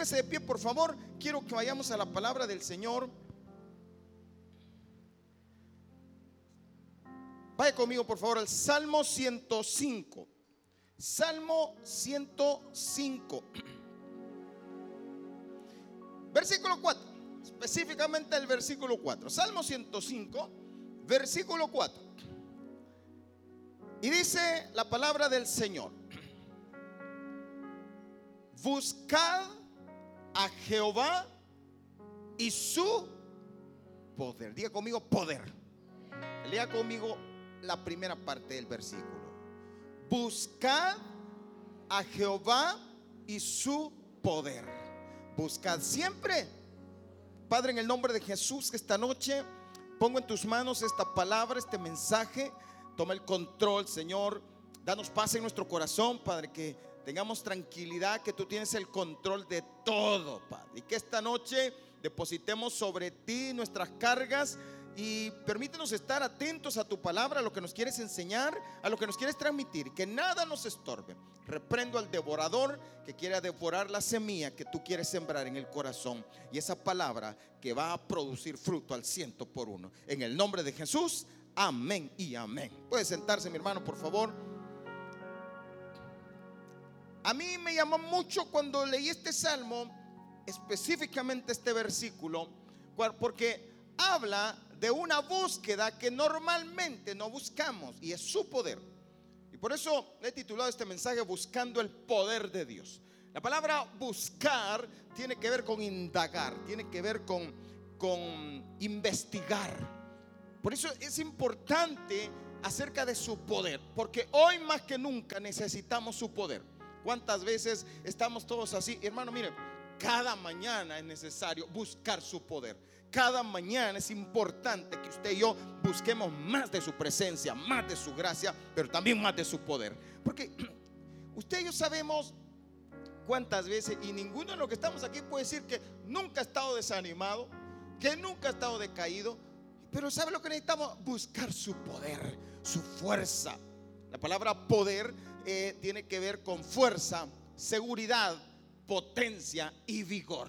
Póngase de pie, por favor. Quiero que vayamos a la palabra del Señor. Vaya conmigo, por favor, al Salmo 105. Salmo 105, versículo 4. Específicamente el versículo 4. Salmo 105, versículo 4. Y dice la palabra del Señor: buscad a Jehová y su poder. Diga conmigo poder. Lea conmigo la primera parte del versículo. Buscad a Jehová y su poder. Buscad siempre. Padre, en el nombre de Jesús, esta noche pongo en tus manos esta palabra, este mensaje. Toma el control, Señor. Danos paz en nuestro corazón, Padre, que tengamos tranquilidad, que tú tienes el control de todo, Padre. Y que esta noche depositemos sobre ti nuestras cargas. Y permítenos estar atentos a tu palabra, a lo que nos quieres enseñar, a lo que nos quieres transmitir. Que nada nos estorbe. Reprendo al devorador que quiera devorar la semilla que tú quieres sembrar en el corazón. Y esa palabra que va a producir fruto al 100%. En el nombre de Jesús, amén y amén. Puede sentarse, mi hermano, por favor. A mí me llamó mucho cuando leí este salmo, específicamente este versículo, porque habla de una búsqueda que normalmente no buscamos, y es su poder. Y por eso he titulado este mensaje Buscando el poder de Dios. La palabra buscar tiene que ver con indagar, tiene que ver con investigar. Por eso es importante acerca de su poder, porque hoy más que nunca necesitamos su poder. ¿Cuántas veces estamos todos así? Hermano, mire, cada mañana es necesario buscar su poder. Cada mañana es importante que usted y yo busquemos más de su presencia, más de su gracia, pero también más de su poder. Porque usted y yo sabemos cuántas veces, y ninguno de los que estamos aquí puede decir que nunca ha estado desanimado, que nunca ha estado decaído. Pero ¿sabe lo que necesitamos? Buscar su poder, su fuerza. La palabra poder tiene que ver con fuerza, seguridad, potencia y vigor.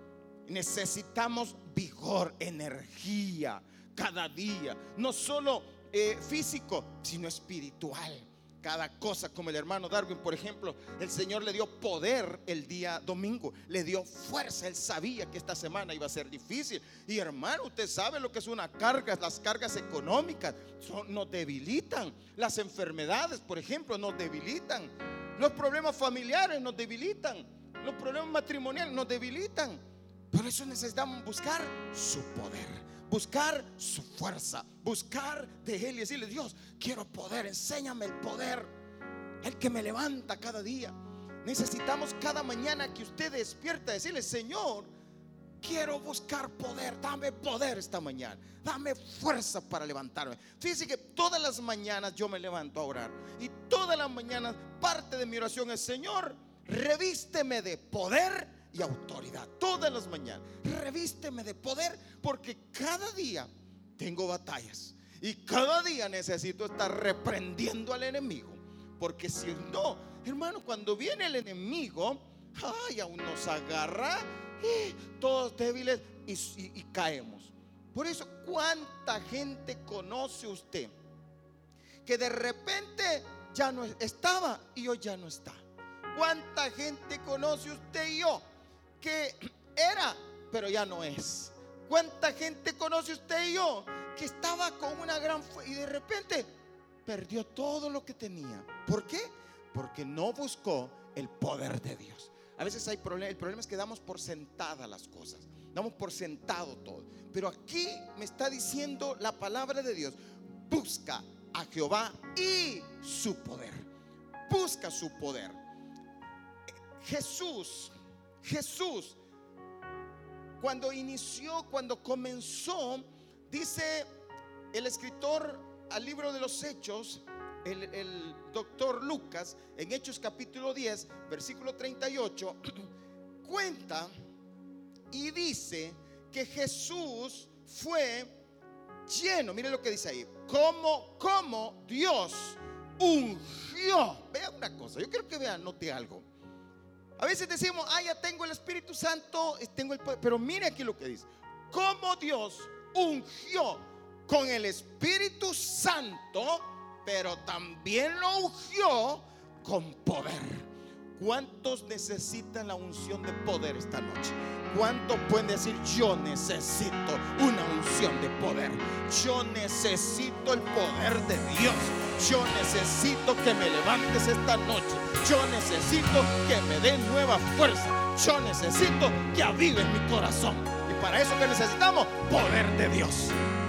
Necesitamos vigor, energía cada día, no solo físico, sino espiritual. Cada cosa, como el hermano Darwin, por ejemplo, el Señor le dio poder el día domingo, le dio fuerza. Él sabía que esta semana iba a ser difícil. Y hermano, usted sabe lo que es una carga. Las cargas económicas nos debilitan. Las enfermedades, por ejemplo, nos debilitan. Los problemas familiares nos debilitan. Los problemas matrimoniales nos debilitan. Por eso necesitamos buscar su poder, buscar su fuerza, buscar de Él y decirle: Dios, quiero poder, enséñame el poder, el que me levanta cada día. Necesitamos cada mañana que usted despierta decirle: Señor, quiero buscar poder, dame poder esta mañana, dame fuerza para levantarme. Fíjese que todas las mañanas yo me levanto a orar, y todas las mañanas parte de mi oración es: Señor, revísteme de poder y autoridad. Todas las mañanas revísteme de poder, porque cada día tengo batallas y cada día necesito estar reprendiendo al enemigo, porque si no, hermano, cuando viene el enemigo, aún nos agarra todos débiles y caemos. Por eso, ¿cuánta gente conoce usted que de repente ya no estaba y hoy ya no está? ¿Cuánta gente conoce usted y yo que era, pero ya no es? ¿Cuánta gente conoce usted y yo que estaba con una gran fe y de repente perdió todo lo que tenía? ¿Por qué? Porque no buscó el poder de Dios. A veces hay problemas. El problema es que damos por sentada las cosas, damos por sentado todo. Pero aquí me está diciendo la palabra de Dios: busca a Jehová y su poder. Busca su poder. Jesús, cuando comenzó, dice el escritor al libro de los Hechos, el doctor Lucas, en Hechos capítulo 10, versículo 38, cuenta y dice que Jesús fue lleno. Mire lo que dice ahí: como Dios ungió. Vea una cosa, yo quiero que vea, note algo. A veces decimos, ya tengo el Espíritu Santo, tengo el poder. Pero mire aquí lo que dice: cómo Dios ungió con el Espíritu Santo, pero también lo ungió con poder. ¿Cuántos necesitan la unción de poder esta noche? ¿Cuántos pueden decir: yo necesito una unción de poder? Yo necesito el poder de Dios. Yo necesito que me levantes esta noche. Yo necesito que me dé nueva fuerza. Yo necesito que avives mi corazón. Y para eso, que necesitamos poder de Dios.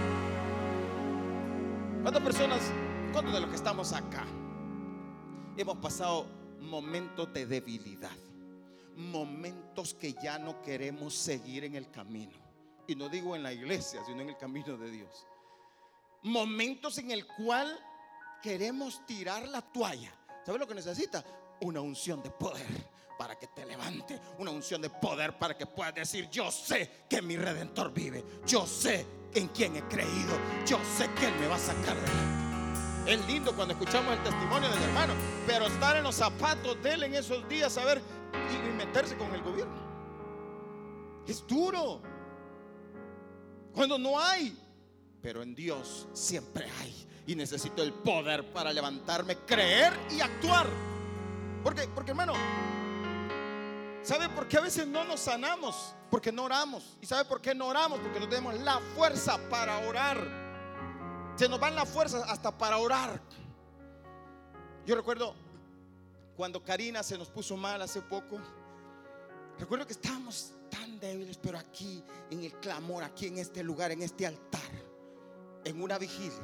¿Cuántas personas, cuántos de los que estamos acá hemos pasado momentos de debilidad, momentos que ya no queremos seguir en el camino? Y no digo en la iglesia, sino en el camino de Dios. Momentos en el cual queremos tirar la toalla. ¿Sabes lo que necesita? Una unción de poder para que te levante. Una unción de poder para que puedas decir: yo sé que mi Redentor vive. Yo sé en quién he creído. Yo sé que Él me va a sacar adelante. Es lindo cuando escuchamos el testimonio del hermano, pero estar en los zapatos de él en esos días, saber y meterse con el gobierno, es duro cuando no hay. Pero en Dios siempre hay. Y necesito el poder para levantarme, creer y actuar. Porque hermano, ¿sabe por qué a veces no nos sanamos? Porque no oramos. ¿Y sabe por qué no oramos? Porque no tenemos la fuerza para orar. Se nos van las fuerzas hasta para orar. Yo recuerdo cuando Karina se nos puso mal hace poco. Recuerdo que estábamos tan débiles, pero aquí en el clamor, aquí en este lugar, en este altar, en una vigilia,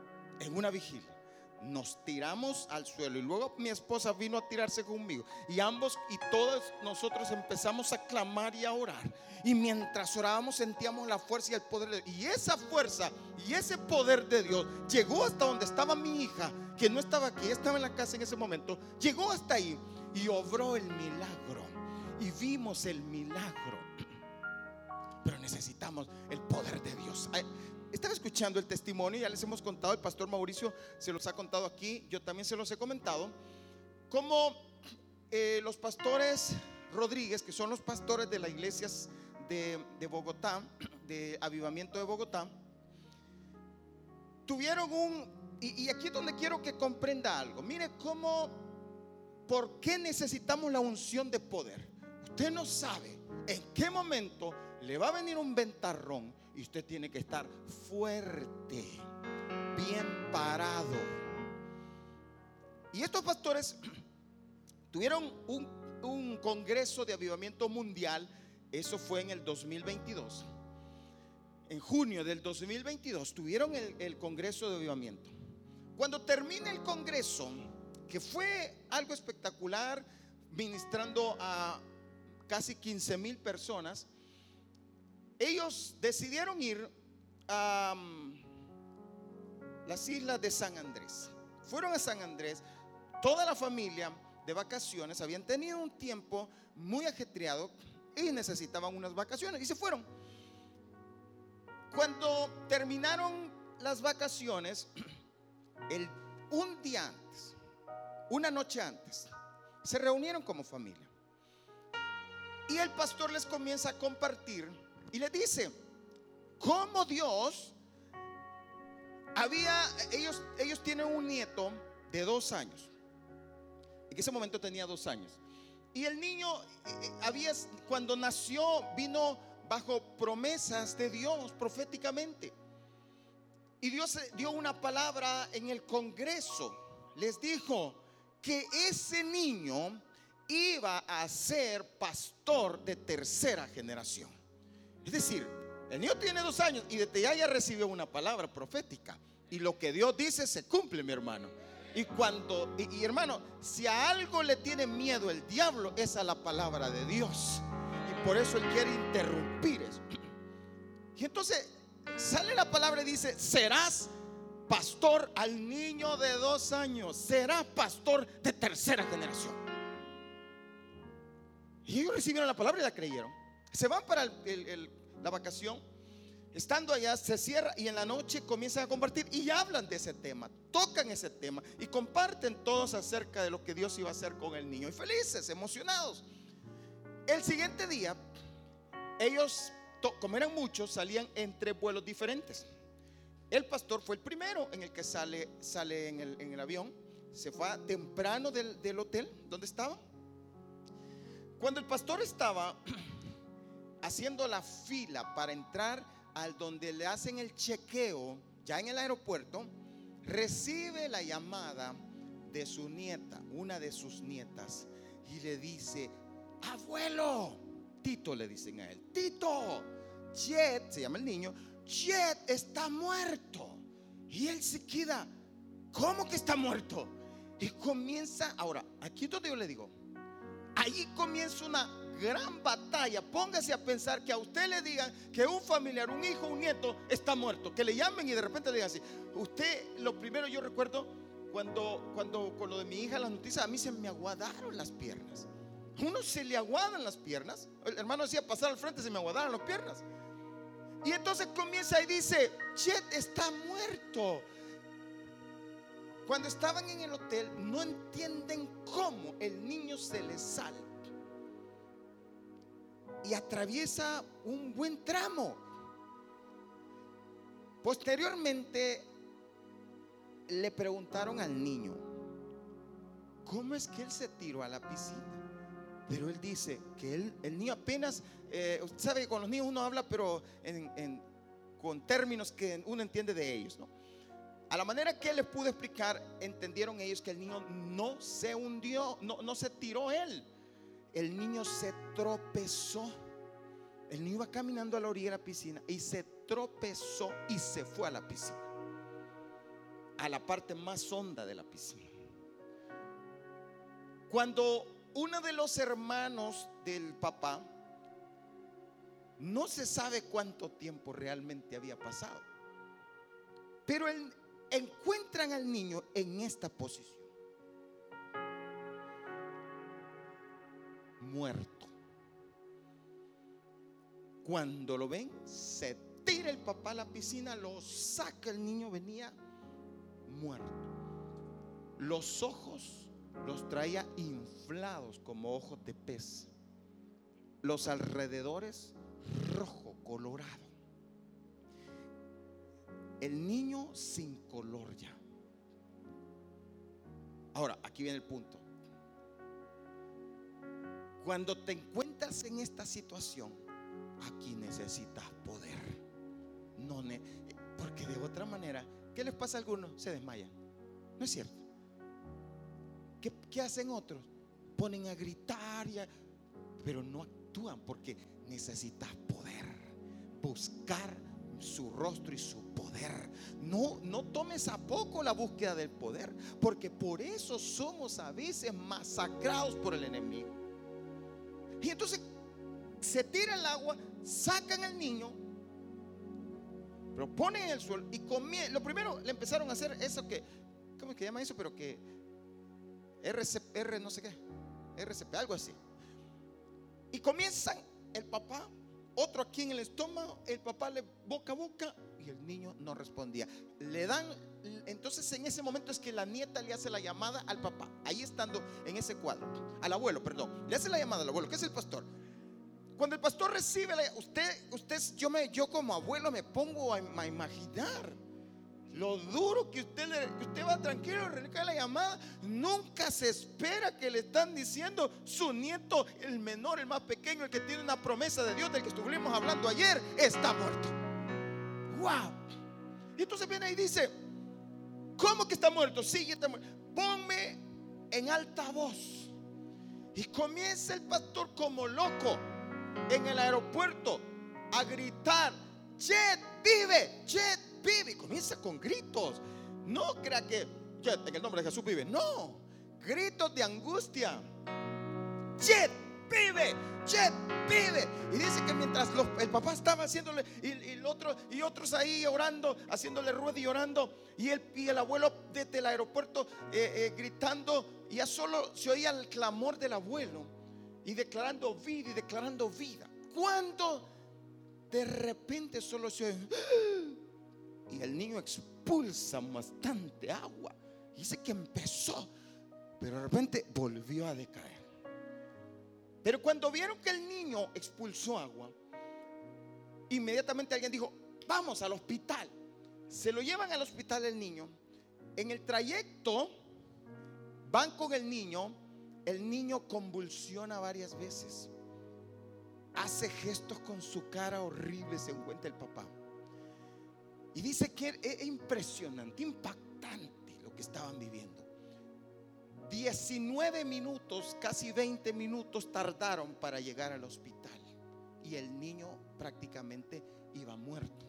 nos tiramos al suelo. Y luego mi esposa vino a tirarse conmigo. Y ambos y todos nosotros empezamos a clamar y a orar. Y mientras orábamos sentíamos la fuerza y el poder de Dios. Y esa fuerza y ese poder de Dios llegó hasta donde estaba mi hija, que no estaba aquí, estaba en la casa en ese momento. Llegó hasta ahí y obró el milagro. Y vimos el milagro. Pero necesitamos el poder de Dios. Estaba escuchando el testimonio, ya les hemos contado, el pastor Mauricio se los ha contado aquí, yo también se los he comentado, como los pastores Rodríguez, que son los pastores de las iglesias de Bogotá, de Avivamiento de Bogotá, tuvieron y aquí es donde quiero que comprenda algo. Mire por qué necesitamos la unción de poder. Usted no sabe en qué momento le va a venir un ventarrón y usted tiene que estar fuerte, bien parado. Y estos pastores tuvieron un congreso de avivamiento mundial. Eso fue en el 2022. En junio del 2022 tuvieron el congreso de avivamiento. Cuando termina el congreso, que fue algo espectacular, ministrando a casi 15,000 personas, ellos decidieron ir a las islas de San Andrés. Fueron a San Andrés, toda la familia de vacaciones. Habían tenido un tiempo muy ajetreado y necesitaban unas vacaciones y se fueron. Cuando terminaron las vacaciones, un día antes, una noche antes, se reunieron como familia. Y el pastor les comienza a compartir y les dice cómo Dios ellos tienen un nieto de 2 años. En ese momento tenía 2 años. Y el niño cuando nació, vino bajo promesas de Dios proféticamente. Y Dios dio una palabra en el congreso. Les dijo que ese niño iba a ser pastor de 3ª generación. Es decir, el niño tiene 2 años y desde ya recibió una palabra profética. Y lo que Dios dice se cumple, mi hermano. Y hermano, si a algo le tiene miedo el diablo, es a la palabra de Dios. Y por eso él quiere interrumpir eso. Y entonces sale la palabra y dice: serás pastor al niño de 2 años. Será pastor de 3ª generación. Y ellos recibieron la palabra y la creyeron. Se van para la vacación. Estando allá se cierra y en la noche comienzan a compartir y hablan de ese tema, tocan ese tema y comparten todos acerca de lo que Dios iba a hacer con el niño. Y felices, emocionados. El siguiente día, ellos, como eran muchos, salían en 3 vuelos diferentes. El pastor fue el primero en el que sale en el avión. Se fue temprano del hotel donde estaba. Cuando el pastor estaba haciendo la fila para entrar al donde le hacen el chequeo, ya en el aeropuerto, recibe la llamada de su nieta, una de sus nietas, y le dice: abuelo, Tito le dicen a él, Tito, Jet, se llama el niño, Jet está muerto. Y él se queda: ¿cómo que está muerto? Y comienza, ahora, aquí es donde yo le digo, ahí comienza una gran batalla. Póngase a pensar que a usted le digan que un familiar, un hijo, un nieto está muerto, que le llamen y de repente le digan así. Usted, lo primero, yo recuerdo cuando con lo de mi hija, las noticias, a mí se me aguadaron las piernas. A uno se le aguadan las piernas. El hermano decía: pasar al frente, se me aguadaron las piernas. Y entonces comienza y dice: Chet está muerto. Cuando estaban en el hotel, no entienden cómo el niño se les sale y atraviesa un buen tramo. Posteriormente le preguntaron al niño: ¿cómo es que él se tiró a la piscina? Pero él dice que el niño apenas, usted sabe que con los niños uno habla, pero con términos que uno entiende de ellos, ¿no? A la manera que él les pudo explicar, entendieron ellos que el niño no se hundió, no se tiró él. El niño se tropezó. El niño iba caminando a la orilla de la piscina y se tropezó y se fue a la piscina, a la parte más honda de la piscina. Cuando uno de los hermanos del papá, no se sabe cuánto tiempo realmente había pasado, pero encuentran al niño en esta posición, muerto. Cuando lo ven, se tira el papá a la piscina, lo saca, el niño venía muerto. Los ojos los traía inflados como ojos de pez, los alrededores rojo colorado. El niño sin color ya. Ahora, aquí viene el punto. Cuando te encuentras en esta situación, aquí necesitas poder. Porque de otra manera, ¿qué les pasa a algunos? Se desmayan. ¿No es cierto? ¿Qué hacen otros? Ponen a gritar, pero no actúan, porque necesitas poder. Buscar su rostro y su poder. No tomes a poco la búsqueda del poder, porque por eso somos a veces masacrados por el enemigo. Y entonces se tira el agua, sacan al niño, lo ponen en el suelo y lo primero le empezaron a hacer eso que, ¿cómo es que llama eso? Pero que RCP, no sé qué, RCP, algo así. Y comienzan el papá, otro aquí en el estómago, el papá le boca a boca y el niño no respondía. Le dan, entonces en ese momento es que la nieta le hace la llamada al papá, ahí estando en ese cuadro, al abuelo, perdón, le hace la llamada al abuelo, que es el pastor. Cuando el pastor recibe yo como abuelo me pongo a imaginar lo duro que usted va tranquilo, recae la llamada. Nunca se espera que le están diciendo su nieto, el menor, el más pequeño, el que tiene una promesa de Dios, del que estuvimos hablando ayer, está muerto. ¡Wow! Y entonces viene y dice: ¿cómo que está muerto? Sí, está muerto. Ponme en alta voz. Y comienza el pastor como loco en el aeropuerto a gritar: Jet vive, Jet vive. Y comienza con gritos. No crea que Jet, en el nombre de Jesús, vive. No, gritos de angustia. Jet vive, Jet vive. Y dice que mientras el papá estaba haciéndole y otros ahí orando, haciéndole ruedo y orando, y el abuelo desde el aeropuerto gritando, y ya solo se oía el clamor del abuelo y declarando vida y declarando vida. Cuando de repente solo se oye y el niño expulsa bastante agua. Dice que empezó, pero de repente volvió a decaer. Pero cuando vieron que el niño expulsó agua, inmediatamente alguien dijo: vamos al hospital. Se lo llevan al hospital el niño. En el trayecto van con el niño convulsiona varias veces, hace gestos con su cara horrible, se encuentra el papá. Y dice que es impresionante, impactante lo que estaban viviendo. 19 minutos, casi 20 minutos tardaron para llegar al hospital. Y el niño prácticamente iba muerto.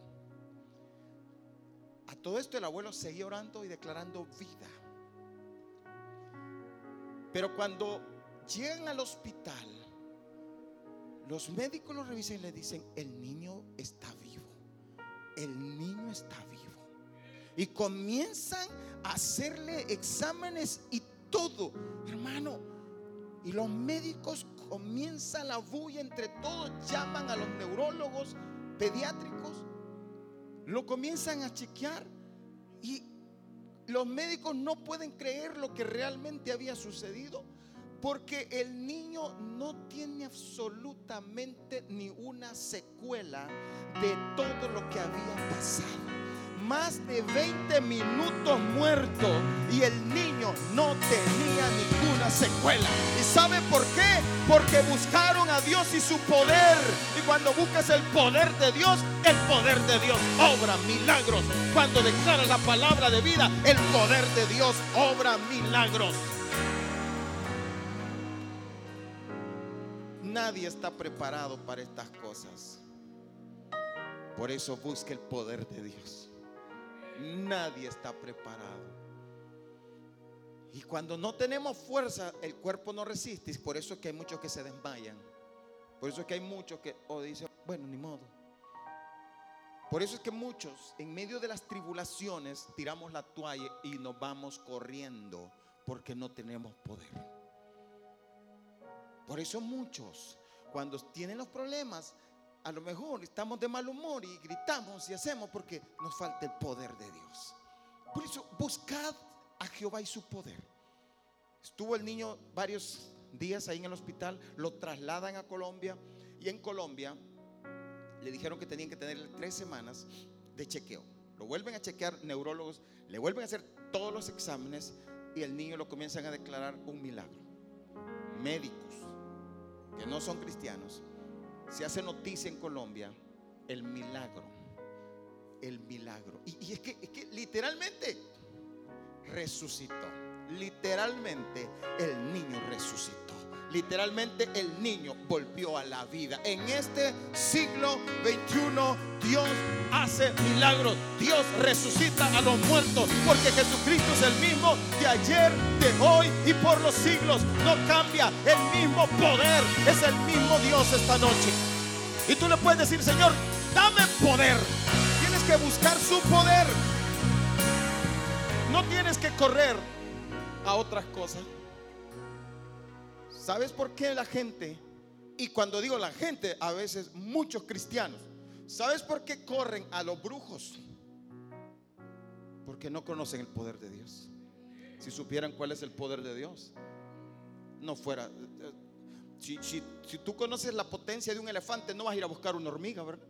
A todo esto el abuelo seguía orando y declarando vida. Pero cuando llegan al hospital, los médicos lo revisan y le dicen: el niño está vivo. El niño está vivo. Y comienzan a hacerle exámenes y todo, hermano. Y los médicos comienzan la bulla entre todos, llaman a los neurólogos pediátricos, lo comienzan a chequear y los médicos no pueden creer lo que realmente había sucedido, porque el niño no tiene absolutamente ni una secuela de todo lo que había pasado. Más de 20 minutos muerto y el niño no tenía ninguna secuela. ¿Y sabe por qué? Porque buscaron a Dios y su poder. Y cuando buscas el poder de Dios obra milagros. Cuando declaras la palabra de vida, el poder de Dios obra milagros. Nadie está preparado para estas cosas. Por eso busca el poder de Dios. Nadie está preparado. Y cuando no tenemos fuerza, el cuerpo no resiste. Y por eso es que hay muchos que se desmayan. Por eso es que hay muchos que dicen: bueno, ni modo. Por eso es que muchos, en medio de las tribulaciones, tiramos la toalla y nos vamos corriendo, porque no tenemos poder. Por eso muchos, cuando tienen los problemas, a lo mejor estamos de mal humor y gritamos y hacemos porque nos falta el poder de Dios. Por eso buscad a Jehová y su poder. Estuvo el niño varios días ahí en el hospital, lo trasladan a Colombia, y en Colombia le dijeron que tenían que tener 3 semanas de chequeo. Lo vuelven a chequear neurólogos, le vuelven a hacer todos los exámenes y el niño lo comienzan a declarar un milagro. Médicos que no son cristianos, se hace noticia en Colombia, el milagro. Y es que literalmente resucitó. Literalmente el niño resucitó. Literalmente el niño volvió a la vida. En este siglo XXI Dios hace milagros. Dios resucita a los muertos, porque Jesucristo es el mismo de ayer, de hoy y por los siglos. No cambia, el mismo poder. Es el mismo Dios esta noche. Y tú le puedes decir: Señor, dame poder. Tienes que buscar su poder. No tienes que correr a otras cosas. ¿Sabes por qué la gente? Y cuando digo la gente, a veces muchos cristianos, ¿sabes por qué corren a los brujos? Porque no conocen el poder de Dios. Si supieran cuál es el poder de Dios, no fuera. Si tú conoces la potencia de un elefante, no vas a ir a buscar una hormiga, ¿verdad?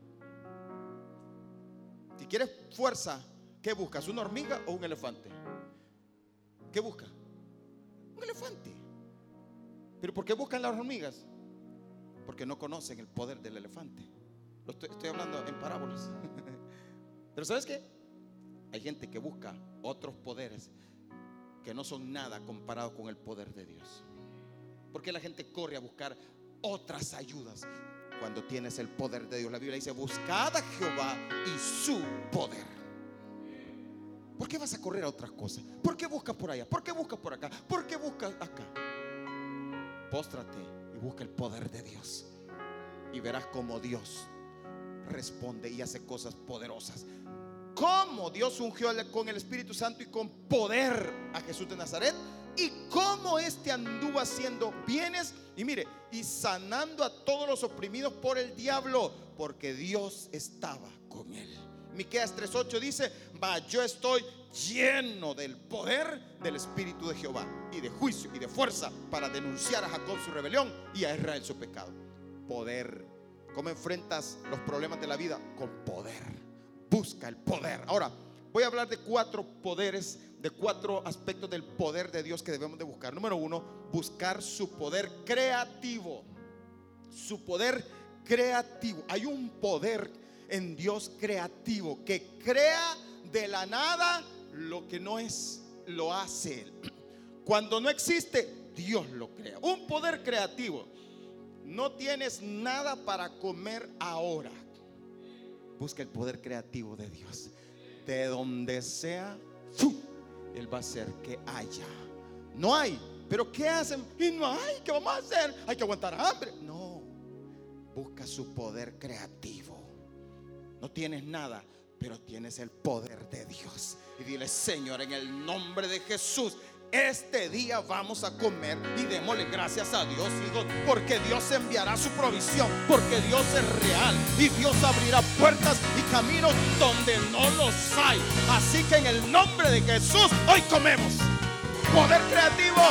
Si quieres fuerza, ¿qué buscas? ¿Una hormiga o un elefante? ¿Qué buscas? Un elefante. ¿Pero por qué buscan las hormigas? Porque no conocen el poder del elefante. Estoy hablando en parábolas. Pero ¿sabes qué? Hay gente que busca otros poderes que no son nada comparado con el poder de Dios. Porque la gente corre a buscar otras ayudas cuando tienes el poder de Dios. La Biblia dice: buscad a Jehová y su poder. ¿Por qué vas a correr a otras cosas? ¿Por qué buscas por allá? ¿Por qué buscas por acá? ¿Por qué buscas acá? Póstrate y busca el poder de Dios, y verás cómo Dios responde y hace cosas poderosas. Cómo Dios ungió con el Espíritu Santo y con poder a Jesús de Nazaret, y cómo este anduvo haciendo bienes, y mire, y sanando a todos los oprimidos por el diablo, porque Dios estaba con él. Miqueas 3:8 dice: mas yo estoy lleno del poder del Espíritu de Jehová, y de juicio y de fuerza, para denunciar a Jacob su rebelión y a Israel su pecado. Poder. ¿Cómo enfrentas los problemas de la vida? Con poder. Busca el poder. Ahora voy a hablar de 4 poderes, de 4 aspectos del poder de Dios que debemos de buscar. Número 1, buscar su poder creativo. Su poder creativo. Hay un poder en Dios creativo que crea de la nada lo que no es, lo hace Él. Cuando no existe, Dios lo crea. Un poder creativo. No tienes nada para comer ahora. Busca el poder creativo de Dios. De donde sea, Él va a hacer que haya. No hay, pero ¿qué hacen? Y no hay, ¿qué vamos a hacer? Hay que aguantar hambre. No, busca su poder creativo. No tienes nada, pero tienes el poder de Dios. Y dile: Señor, en el nombre de Jesús, este día vamos a comer y démosle gracias a Dios, hijos, porque Dios enviará su provisión, porque Dios es real y Dios abrirá puertas y caminos donde no los hay. Así que en el nombre de Jesús, hoy comemos. Poder creativo.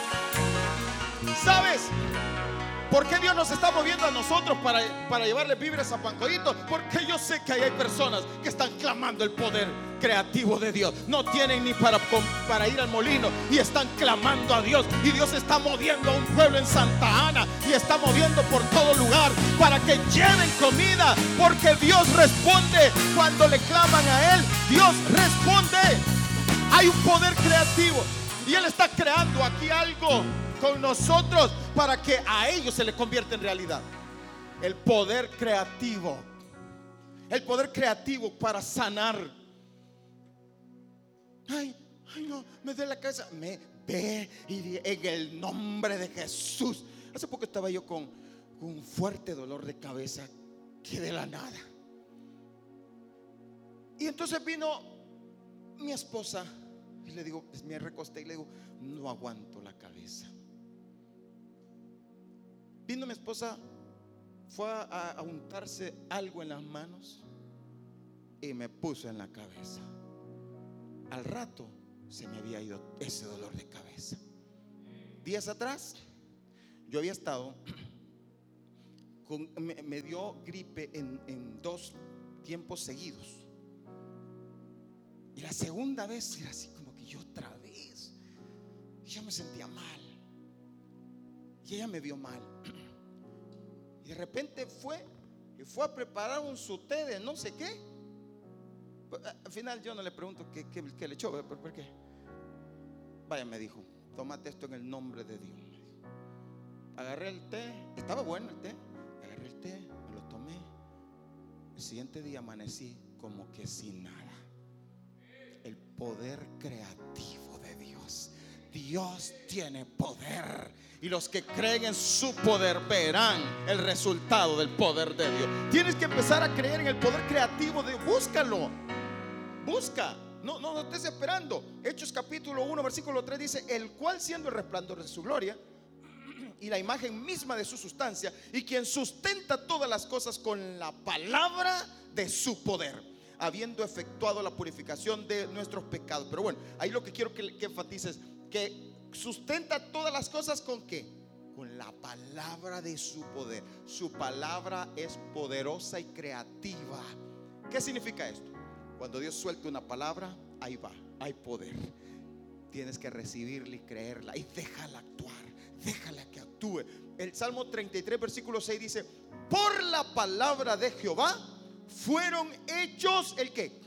¿Sabes por qué Dios nos está moviendo a nosotros para llevarle víveres a Pancoyito? Porque yo sé que hay personas que están clamando el poder creativo de Dios. No tienen ni para ir al molino y están clamando a Dios. Y Dios está moviendo a un pueblo en Santa Ana y está moviendo por todo lugar para que lleven comida, porque Dios responde cuando le claman a Él. Dios responde. Hay un poder creativo y Él está creando aquí algo con nosotros para que a ellos se les convierta en realidad. El poder creativo. El poder creativo para sanar. Ay, no, me duele la cabeza. Me ve y en el nombre de Jesús. Hace poco estaba yo con un fuerte dolor de cabeza, que de la nada. Y entonces vino mi esposa y le digo, me recosté y le digo: no aguanto la cabeza. Vino mi esposa, fue a untarse algo en las manos y me puso en la cabeza. Al rato se me había ido ese dolor de cabeza. Días atrás yo había estado me dio gripe en 2 tiempos seguidos. Y la segunda vez era así como que yo otra vez. Y yo me sentía mal. Y ella me vio mal. Y de repente fue a preparar un té de no sé qué. Al final yo no le pregunto qué le echó, ¿por qué? Vaya, me dijo: tómate esto en el nombre de Dios. Agarré el té, estaba bueno el té. Agarré el té, me lo tomé. El siguiente día amanecí como que sin nada. El poder creativo de Dios. Dios tiene poder, y los que creen en su poder verán el resultado del poder de Dios. Tienes que empezar a creer en el poder creativo de Dios. Búscalo. Busca. No estés esperando. Hechos capítulo 1 versículo 3 dice: el cual, siendo el resplandor de su gloria y la imagen misma de su sustancia, y quien sustenta todas las cosas con la palabra de su poder, habiendo efectuado la purificación de nuestros pecados. Pero bueno, ahí lo que quiero que enfatices, que sustenta todas las cosas ¿con qué? Con la palabra de su poder. Su palabra es poderosa y creativa. ¿Qué significa esto? Cuando Dios suelta una palabra, ahí va, hay poder. Tienes que recibirla y creerla y déjala actuar, déjala que actúe. El Salmo 33 versículo 6 dice: por la palabra de Jehová fueron hechos ¿el qué?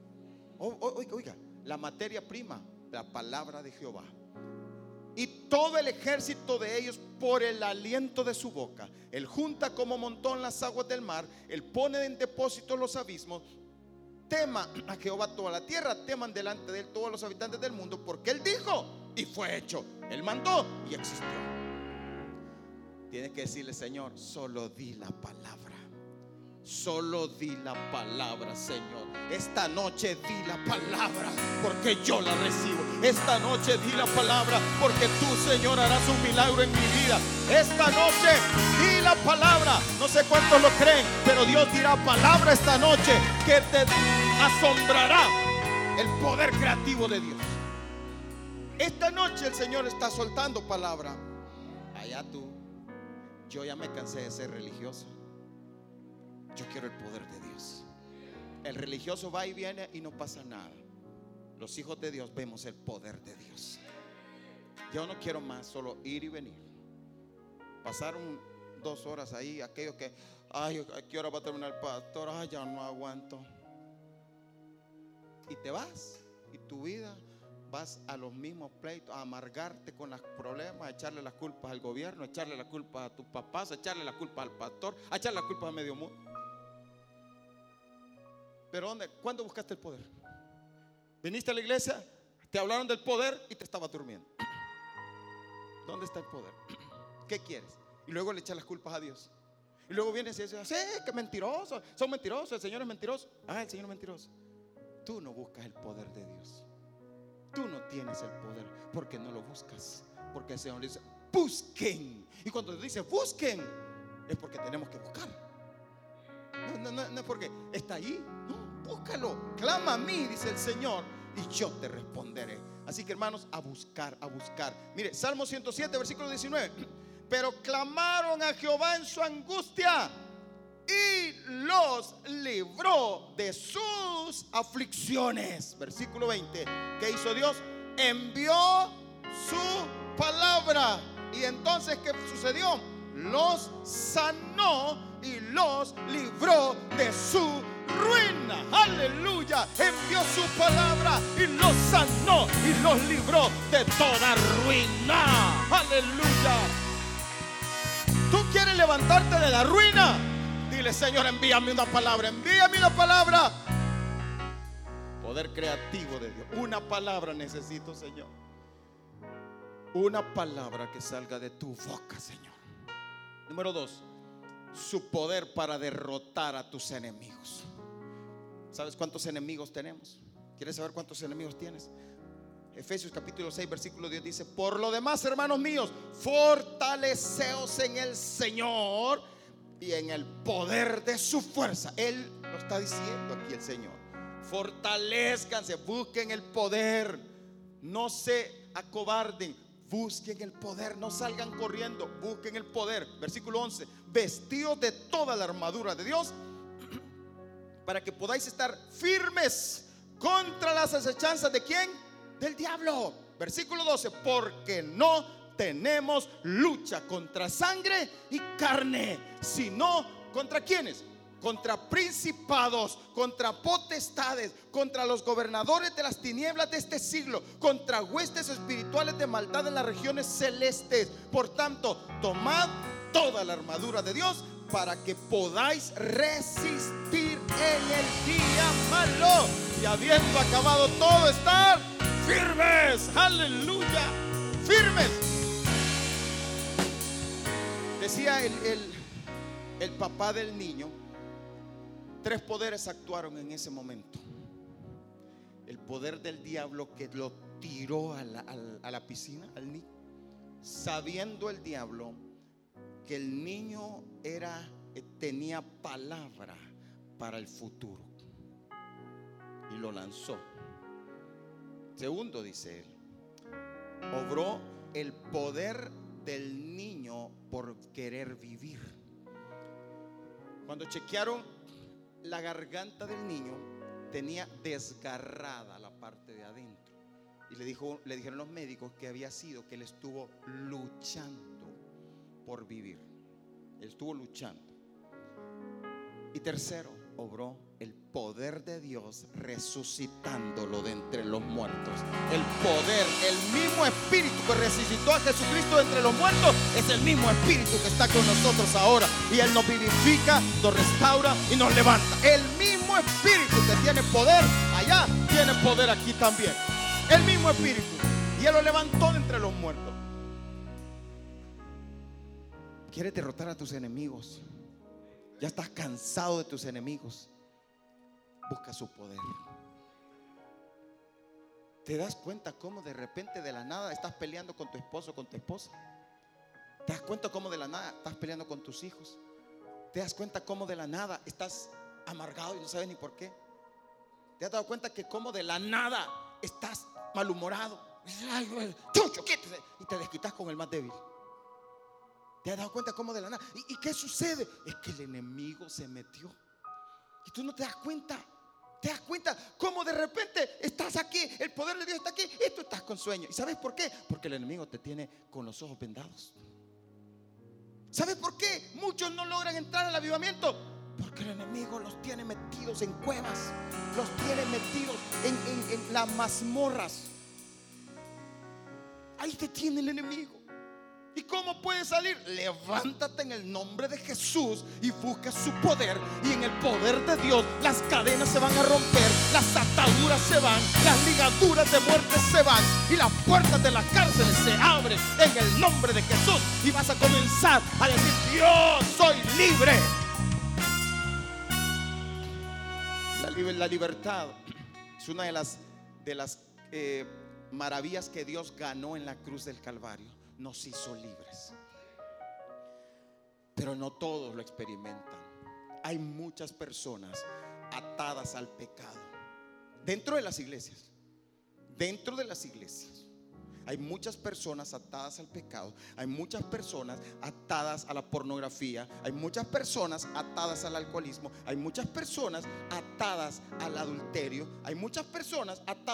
Oiga, la materia prima, la palabra de Jehová. Y todo el ejército de ellos por el aliento de su boca. Él junta como montón las aguas del mar. Él pone en depósito los abismos. Tema a Jehová toda la tierra, teman delante de él todos los habitantes del mundo, porque él dijo y fue hecho. Él mandó y existió. Tienes que decirle: Señor, solo di la palabra. Solo di la palabra, Señor. Esta noche di la palabra, porque yo la recibo. Esta noche di la palabra, porque tú, Señor, harás un milagro en mi vida. Esta noche di la palabra. No sé cuántos lo creen, pero Dios dirá palabra esta noche que te asombrará el poder creativo de Dios. Esta noche el Señor está soltando palabra. Allá tú. Yo ya me cansé de ser religioso. Yo quiero el poder de Dios. El religioso va y viene y no pasa nada. Los hijos de Dios vemos el poder de Dios. Yo no quiero más solo ir y venir. Pasaron 2 horas ahí. Aquellos que, ay, ¿a qué hora va a terminar el pastor? Ay, ya no aguanto. Y te vas. Y tu vida, vas a los mismos pleitos, a amargarte con los problemas, a echarle las culpas al gobierno, a echarle las culpas a tus papás, a echarle las culpas al pastor, a echarle las culpas a medio mundo. Pero ¿cuándo buscaste el poder? Viniste a la iglesia, te hablaron del poder y te estabas durmiendo. ¿Dónde está el poder? ¿Qué quieres? Y luego le echas las culpas a Dios. Y luego vienes y dices, sí, que mentirosos, son mentirosos, el Señor es mentiroso. Ah, el Señor es mentiroso. Tú no buscas el poder de Dios. Tú no tienes el poder porque no lo buscas. Porque el Señor dice, busquen. Y cuando dice busquen, es porque tenemos que buscar. No es porque está ahí. No, búscalo. Clama a mí, dice el Señor, y yo te responderé. Así que hermanos, a buscar, a buscar. Mire, Salmo 107, versículo 19. Pero clamaron a Jehová en su angustia y los libró de sus aflicciones. Versículo 20. ¿Qué hizo Dios? Envió su palabra. Y entonces, ¿qué sucedió? Los sanó y los libró de su ruina. Aleluya. Envió su palabra y los sanó y los libró de toda ruina. Aleluya. ¿Tú quieres levantarte de la ruina? Dile, Señor, envíame una palabra. Envíame una palabra. Poder creativo de Dios. Una palabra necesito, Señor. Una palabra que salga de tu boca, Señor. Número 2, su poder para derrotar a tus enemigos. ¿Sabes cuántos enemigos tenemos? ¿Quieres saber cuántos enemigos tienes? Efesios capítulo 6 versículo 10 dice: por lo demás, hermanos míos, fortaleceos en el Señor y en el poder de su fuerza. Él lo está diciendo aquí el Señor. Fortalezcanse, busquen el poder, no se acobarden, busquen el poder, no salgan corriendo, busquen el poder. Versículo 11: vestidos de toda la armadura de Dios para que podáis estar firmes contra las acechanzas de ¿quién? Del diablo. Versículo 12: porque no tenemos lucha contra sangre y carne, sino contra ¿quiénes? Contra principados, contra potestades, contra los gobernadores de las tinieblas de este siglo, contra huestes espirituales de maldad en las regiones celestes. Por tanto, tomad toda la armadura de Dios para que podáis resistir en el día malo, y habiendo acabado todo, estar firmes. Aleluya, firmes. Decía el papá del niño, 3 poderes actuaron en ese momento. El poder del diablo que lo tiró a la piscina, al niño, sabiendo el diablo que el niño tenía palabra para el futuro, y lo lanzó. Segundo, dice él, obró el poder del niño por querer vivir. Cuando chequearon la garganta del niño, tenía desgarrada la parte de adentro, y le dijeron los médicos que había sido que él estuvo luchando por vivir. Él estuvo luchando. Y tercero, obró el poder de Dios resucitándolo de entre los muertos. El poder, el mismo espíritu que resucitó a Jesucristo de entre los muertos, es el mismo espíritu que está con nosotros ahora, y Él nos vivifica, nos restaura y nos levanta. El mismo espíritu que tiene poder allá, tiene poder aquí también. El mismo espíritu. Y Él lo levantó de entre los muertos. ¿Quieres derrotar a tus enemigos? Ya estás cansado de tus enemigos. Busca su poder. ¿Te das cuenta cómo de repente, de la nada, estás peleando con tu esposo o con tu esposa? ¿Te das cuenta cómo de la nada estás peleando con tus hijos? ¿Te das cuenta cómo de la nada estás amargado y no sabes ni por qué? ¿Te has dado cuenta que como de la nada estás malhumorado? Ay, chucho, quítese, y te desquitas con el más débil. ¿Te has dado cuenta cómo de la nada? ¿Y qué sucede? Es que el enemigo se metió y tú no te das cuenta. ¿Te das cuenta cómo de repente estás aquí? El poder de Dios está aquí y tú estás con sueño. ¿Y sabes por qué? Porque el enemigo te tiene con los ojos vendados. ¿Sabes por qué muchos no logran entrar al avivamiento? Porque el enemigo los tiene metidos en cuevas, los tiene metidos en las mazmorras. Ahí te tiene el enemigo. ¿Y cómo puedes salir? Levántate en el nombre de Jesús y busca su poder. Y en el poder de Dios las cadenas se van a romper, las ataduras se van, las ligaduras de muerte se van y las puertas de las cárceles se abren en el nombre de Jesús. Y vas a comenzar a decir: Dios, soy libre. La libertad es una de las maravillas que Dios ganó en la cruz del Calvario. Nos hizo libres, pero no todos lo experimentan. Hay muchas personas atadas al pecado dentro de las iglesias. Dentro de las iglesias hay muchas personas atadas al pecado. Hay muchas personas atadas a la pornografía. Hay muchas personas atadas al alcoholismo. Hay muchas personas atadas al adulterio. Hay muchas personas atadas.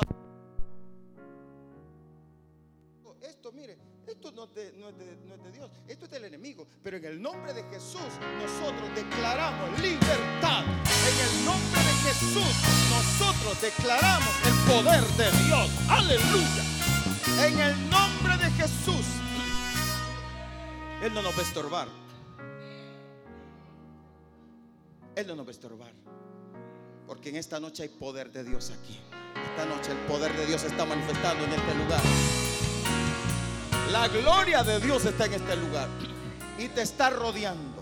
Esto, mire, esto no es de Dios, esto es del enemigo. Pero en el nombre de Jesús nosotros declaramos libertad. En el nombre de Jesús nosotros declaramos el poder de Dios. Aleluya. En el nombre de Jesús. Él no nos va a estorbar. Él no nos va a estorbar, porque en esta noche hay poder de Dios aquí. Esta noche el poder de Dios se está manifestando en este lugar. La gloria de Dios está en este lugar y te está rodeando.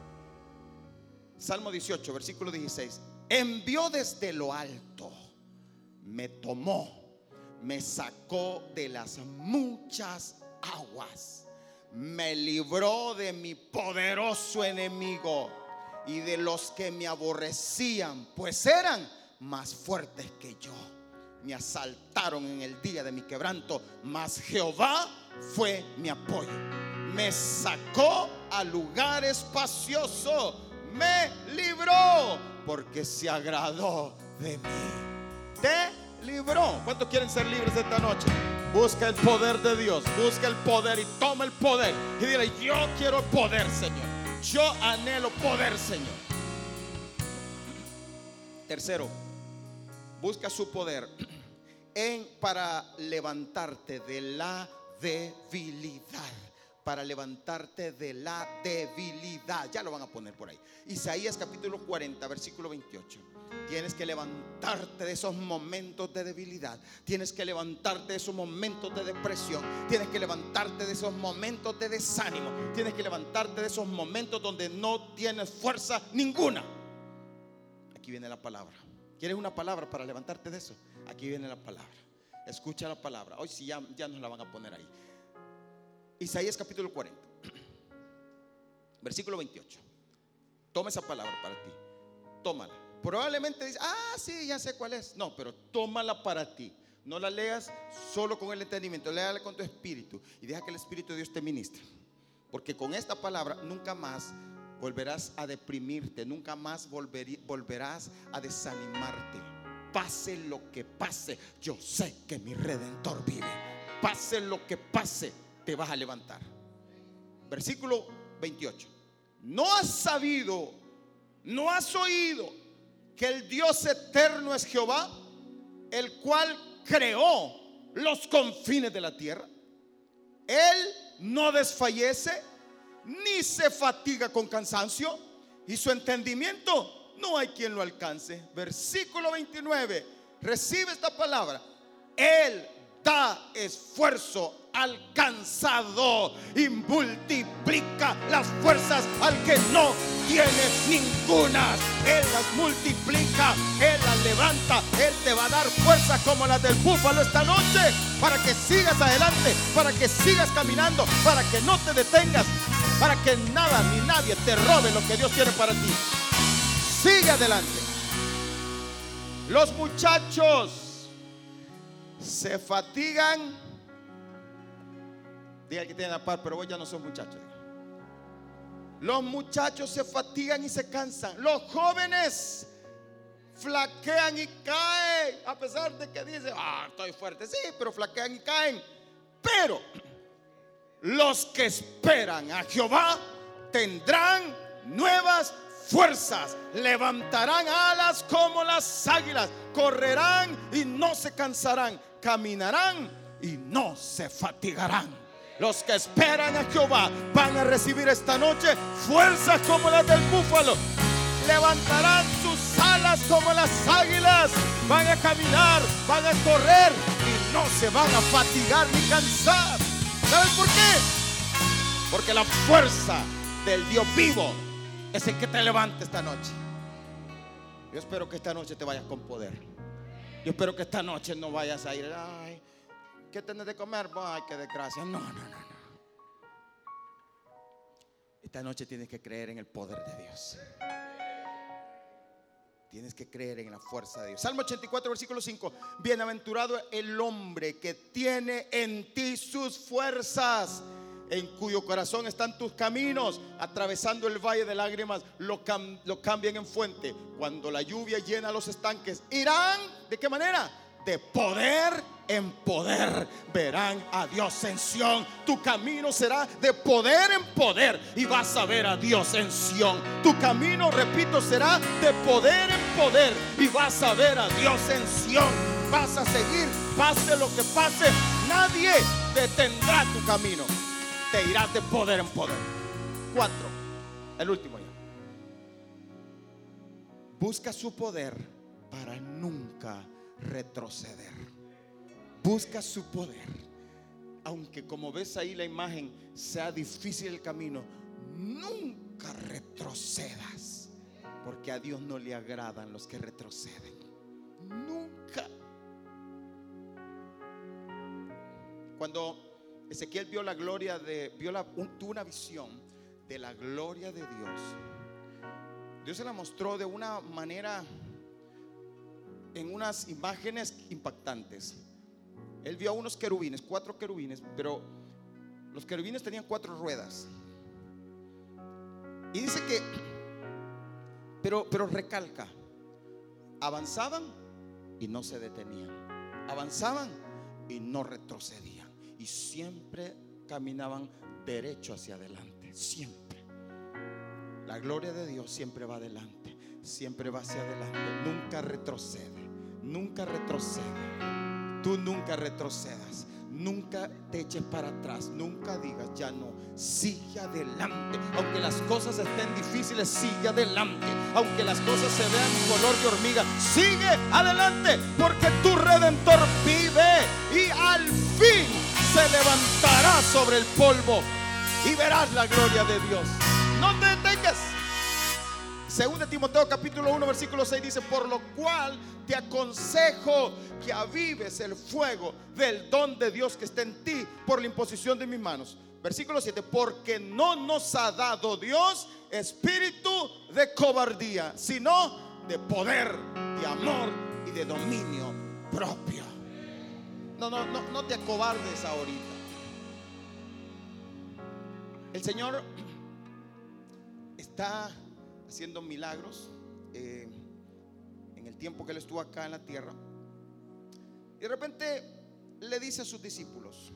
Salmo 18, versículo 16. Envió desde lo alto, me tomó, me sacó de las muchas aguas, me libró de mi poderoso enemigo y de los que me aborrecían, pues eran más fuertes que yo. Me asaltaron en el día de mi quebranto, mas Jehová fue mi apoyo. Me sacó a lugar espacioso, me libró, porque se agradó de mí. Te libró. ¿Cuántos quieren ser libres esta noche? Busca el poder de Dios, busca el poder y toma el poder y dile: yo quiero poder, Señor. Yo anhelo poder, Señor. Tercero, busca su poder para levantarte de la debilidad. Para levantarte de la debilidad. Ya lo van a poner por ahí. Isaías capítulo 40, versículo 28. Tienes que levantarte de esos momentos de debilidad. Tienes que levantarte de esos momentos de depresión. Tienes que levantarte de esos momentos de desánimo. Tienes que levantarte de esos momentos donde no tienes fuerza ninguna. Aquí viene la palabra. ¿Quieres una palabra para levantarte de eso? Aquí viene la palabra. Escucha la palabra. Hoy sí ya nos la van a poner ahí. Isaías capítulo 40, versículo 28. Toma esa palabra para ti. Tómala. Probablemente dices: sí, ya sé cuál es. No, pero tómala para ti. No la leas solo con el entendimiento, léala con tu espíritu y deja que el Espíritu de Dios te ministre. Porque con esta palabra nunca más volverás a deprimirte, nunca más volverás a desanimarte. Pase lo que pase, yo sé que mi Redentor vive. Pase lo que pase, te vas a levantar. Versículo 28. ¿No has sabido, no has oído que el Dios eterno es Jehová, el cual creó los confines de la tierra? Él no desfallece ni se fatiga con cansancio, y su entendimiento no hay quien lo alcance. Versículo 29. Recibe esta palabra. Él da esfuerzo al cansado y multiplica las fuerzas al que no tiene ninguna. Él las multiplica, Él las levanta. Él te va a dar fuerzas como las del búfalo esta noche, para que sigas adelante, para que sigas caminando, para que no te detengas, para que nada ni nadie te robe lo que Dios tiene para ti. Sigue adelante. Los muchachos se fatigan. Diga que tiene la par, pero vos ya no sos muchachos. Los muchachos se fatigan y se cansan. Los jóvenes flaquean y caen. A pesar de que dicen, estoy fuerte. Sí, pero flaquean y caen. Pero los que esperan a Jehová tendrán nuevas fuerzas. Levantarán alas como las águilas. Correrán y no se cansarán. Caminarán y no se fatigarán. Los que esperan a Jehová van a recibir esta noche fuerzas como las del búfalo. Levantarán sus alas como las águilas. Van a caminar, van a correr y no se van a fatigar ni cansar. ¿Sabes por qué? Porque la fuerza del Dios vivo es el que te levanta esta noche. Yo espero que esta noche te vayas con poder. Yo espero que esta noche no vayas a ir, ay, ¿qué tenés de comer? Ay, qué desgracia. No. Esta noche tienes que creer en el poder de Dios. Tienes que creer en la fuerza de Dios. Salmo 84, versículo 5. Bienaventurado el hombre que tiene en ti sus fuerzas, en cuyo corazón están tus caminos. Atravesando el valle de lágrimas, lo cambian en fuente. Cuando la lluvia llena los estanques, irán, ¿de qué manera? De poder en poder. Verán a Dios en Sión. Tu camino será de poder en poder y vas a ver a Dios en Sión. Tu camino, repito, será de poder en poder y vas a ver a Dios en Sión. Vas a seguir, pase lo que pase. Nadie detendrá tu camino. Te irás de poder en poder. 4, el último ya. Busca su poder para nunca retroceder. Busca su poder. Aunque como ves ahí la imagen sea difícil el camino, nunca retrocedas, porque a Dios no le agradan los que retroceden. Nunca. Cuando Ezequiel vio la gloria tuvo una visión de la gloria de Dios. Dios se la mostró de una manera, en unas imágenes impactantes. Él vio a unos querubines, 4 querubines, pero los querubines tenían 4 ruedas. Y dice que, pero recalca, avanzaban y no se detenían, avanzaban y no retrocedían, y siempre caminaban derecho hacia adelante. Siempre. La gloria de Dios siempre va adelante, siempre va hacia adelante, nunca retrocede. Nunca retrocede. Tú nunca retrocedas. Nunca te eches para atrás. Nunca digas ya no. Sigue adelante. Aunque las cosas estén difíciles, sigue adelante. Aunque las cosas se vean color de hormiga, sigue adelante, porque tu Redentor vive y al fin se levantará sobre el polvo y verás la gloria de Dios. No te detengas. Según de Timoteo capítulo 1 versículo 6 dice: por lo cual te aconsejo que avives el fuego del don de Dios que está en ti por la imposición de mis manos. Versículo 7: porque no nos ha dado Dios espíritu de cobardía, sino de poder, de amor y de dominio propio. No te acobardes ahorita. El Señor está haciendo milagros en el tiempo que Él estuvo acá en la tierra. Y de repente le dice a sus discípulos: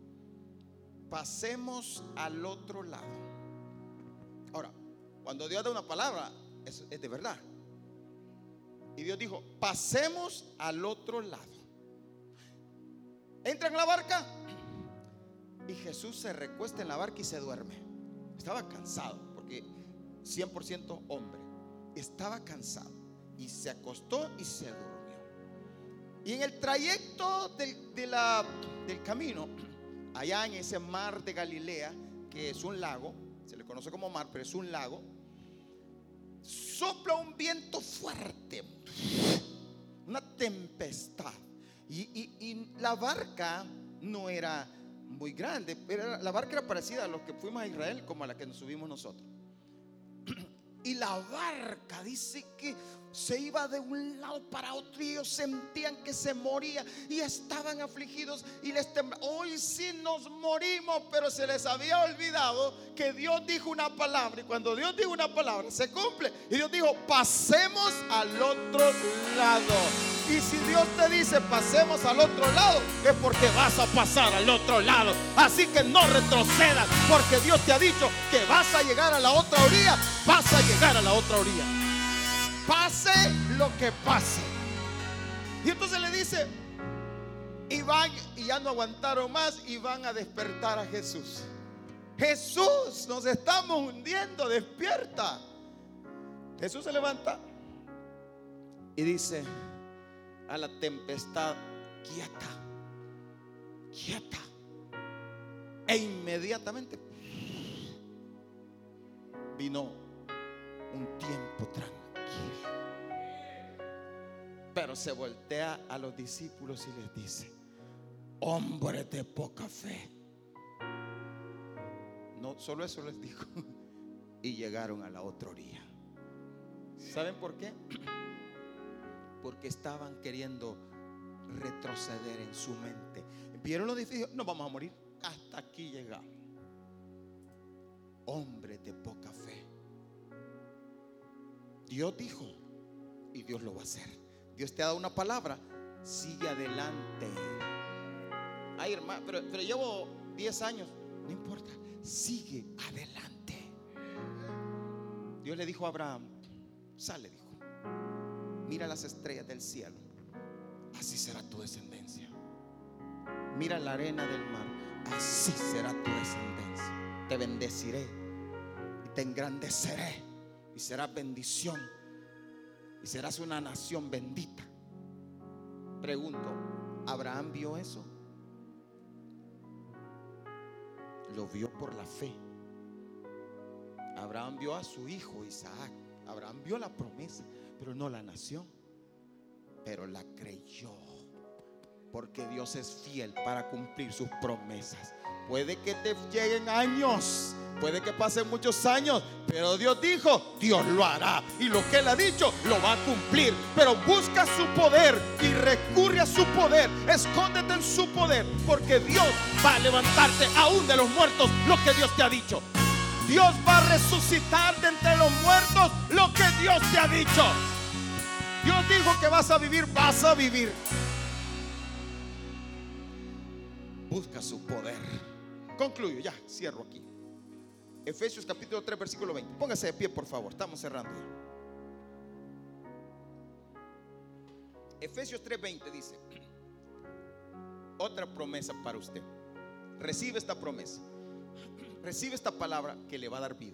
pasemos al otro lado. Ahora, cuando Dios da una palabra, es de verdad. Y Dios dijo: pasemos al otro lado. Entra en la barca y Jesús se recuesta en la barca y se duerme. Estaba cansado, porque 100% hombre. Estaba cansado y se acostó y se durmió. Y en el trayecto del camino, allá en ese mar de Galilea, que es un lago, se le conoce como mar, pero es un lago, sopla un viento fuerte, una tempestad. Y la barca no era muy grande, pero la barca era parecida a los que fuimos a Israel, como a la que nos subimos nosotros. y la barca dice que se iba de un lado para otro y ellos sentían que se moría y estaban afligidos y les temblaba. Hoy sí nos morimos, pero se les había olvidado que Dios dijo una palabra, y cuando Dios dijo una palabra se cumple. Y Dios dijo: pasemos al otro lado. Y si Dios te dice pasemos al otro lado, es porque vas a pasar al otro lado. Así que no retrocedas, porque Dios te ha dicho que vas a llegar a la otra orilla. Vas a llegar a la otra orilla, pase lo que pase. Y entonces le dice, y van, y ya no aguantaron más, y van a despertar a Jesús. Jesús, nos estamos hundiendo, despierta. Jesús se levanta y dice a la tempestad: quieta, quieta. E inmediatamente vino un tiempo tranquilo. Pero se voltea a los discípulos y les dice: hombres de poca fe. No, solo eso les dijo. Y llegaron a la otra orilla. ¿Saben por qué? Porque estaban queriendo retroceder en su mente. Vieron los edificios: no vamos a morir, hasta aquí llegamos. Hombres de poca fe. Dios dijo y Dios lo va a hacer. Dios te ha dado una palabra, sigue adelante. Ay, hermano, pero llevo 10 años. No importa, sigue adelante. Dios le dijo a Abraham: sale, dijo, mira las estrellas del cielo, así será tu descendencia. Mira la arena del mar, así será tu descendencia. Te bendeciré y te engrandeceré, y serás bendición, y serás una nación bendita. Pregunto, ¿Abraham vio eso? Lo vio por la fe. Abraham vio a su hijo Isaac. Abraham vio la promesa, pero no la nación. Pero la creyó, porque Dios es fiel para cumplir sus promesas. Puede que te lleguen años, puede que pasen muchos años, pero Dios dijo, Dios lo hará, y lo que Él ha dicho lo va a cumplir. Pero busca su poder y recurre a su poder. Escóndete en su poder, porque Dios va a levantarte aún de los muertos lo que Dios te ha dicho. Dios va a resucitar de entre los muertos lo que Dios te ha dicho. Dios dijo que vas a vivir, vas a vivir. Busca su poder. Concluyo, ya, cierro aquí. Efesios capítulo 3 versículo 20. Póngase de pie, por favor, estamos cerrando ya. Efesios 3:20 dice: otra promesa para usted. Recibe esta promesa, recibe esta palabra que le va a dar vida.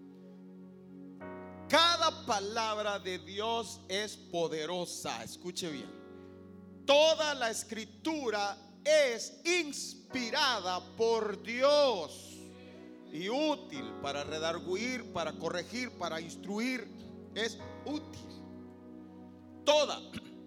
Cada palabra de Dios es poderosa. Escuche bien. Toda la escritura es inspirada por Dios y útil para redarguir, para corregir, para instruir. Es útil. Toda.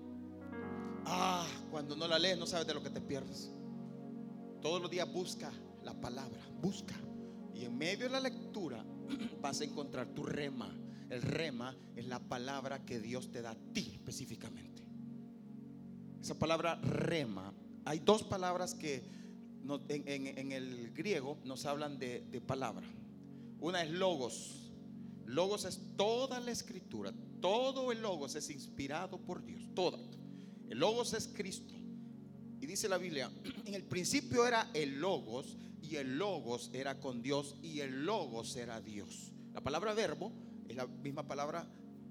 Cuando no la lees no sabes de lo que te pierdes. Todos los días busca la palabra, busca. Y en medio de la lectura vas a encontrar tu rema. El rema es la palabra que Dios te da a ti específicamente. Esa palabra rema, hay dos palabras que en el griego nos hablan de palabra. Una es logos. Logos es toda la escritura. Todo el logos es inspirado por Dios. Toda. El logos es Cristo. Y dice la Biblia: en el principio era el logos, y el logos era con Dios, y el logos era Dios. La palabra verbo es la misma palabra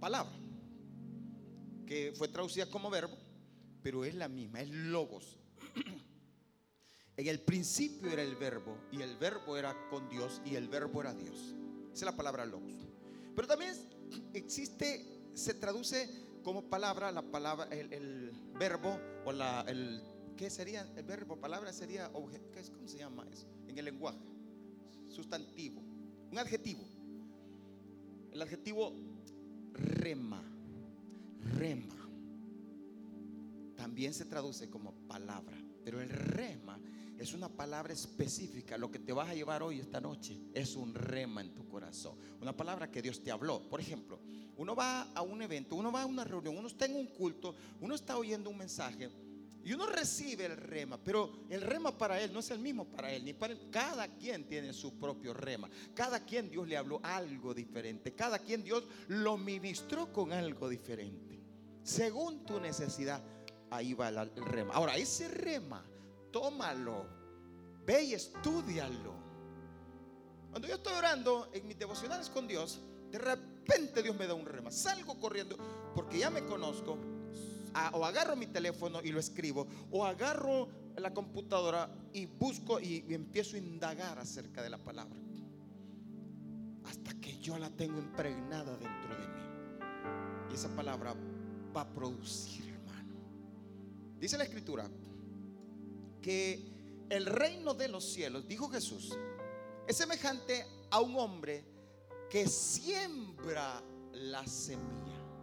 que fue traducida como verbo, pero es la misma, es logos. En el principio era el verbo, y el verbo era con Dios, y el verbo era Dios. Esa es la palabra logos. Pero también existe, se traduce como palabra, la palabra, el verbo, o ¿qué sería? El verbo, palabra sería, ¿cómo se llama eso? En el lenguaje, sustantivo, un adjetivo. El adjetivo rema. también se traduce como palabra, pero el rema es una palabra específica. Lo que te vas a llevar hoy, esta noche, es un rema en tu corazón, una palabra que Dios te habló. Por ejemplo, uno va a un evento, uno va a una reunión, uno está en un culto, uno está oyendo un mensaje y uno recibe el rema, pero el rema para él no es el mismo para él, ni para él. Cada quien tiene su propio rema. Cada quien Dios le habló algo diferente. Cada quien Dios lo ministró con algo diferente. Según tu necesidad, ahí va el rema. Ahora, ese rema, tómalo, ve y estúdialo. Cuando yo estoy orando en mis devocionales con Dios, de repente Dios me da un rema. Salgo corriendo porque ya me conozco. O agarro mi teléfono y lo escribo, o agarro la computadora y busco y empiezo a indagar acerca de la palabra, hasta que yo la tengo impregnada dentro de mí. Y esa palabra va a producir, hermano. Dice la escritura que el reino de los cielos, dijo Jesús, es semejante a un hombre que siembra la semilla,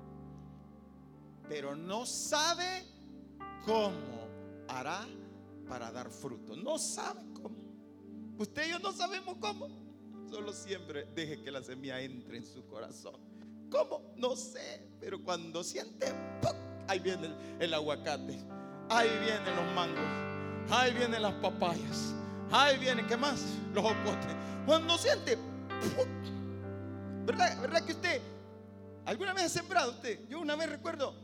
pero no sabe cómo hará para dar fruto. No sabe cómo. Usted y yo no sabemos cómo. Solo siempre deje que la semilla entre en su corazón. ¿Cómo? No sé. Pero cuando siente, ¡pum!, ahí viene el aguacate, ahí vienen los mangos, ahí vienen las papayas, ahí vienen, ¿qué más? Los jocotes. Cuando siente, ¡pum!, ¿verdad que usted alguna vez ha sembrado usted? Yo una vez recuerdo,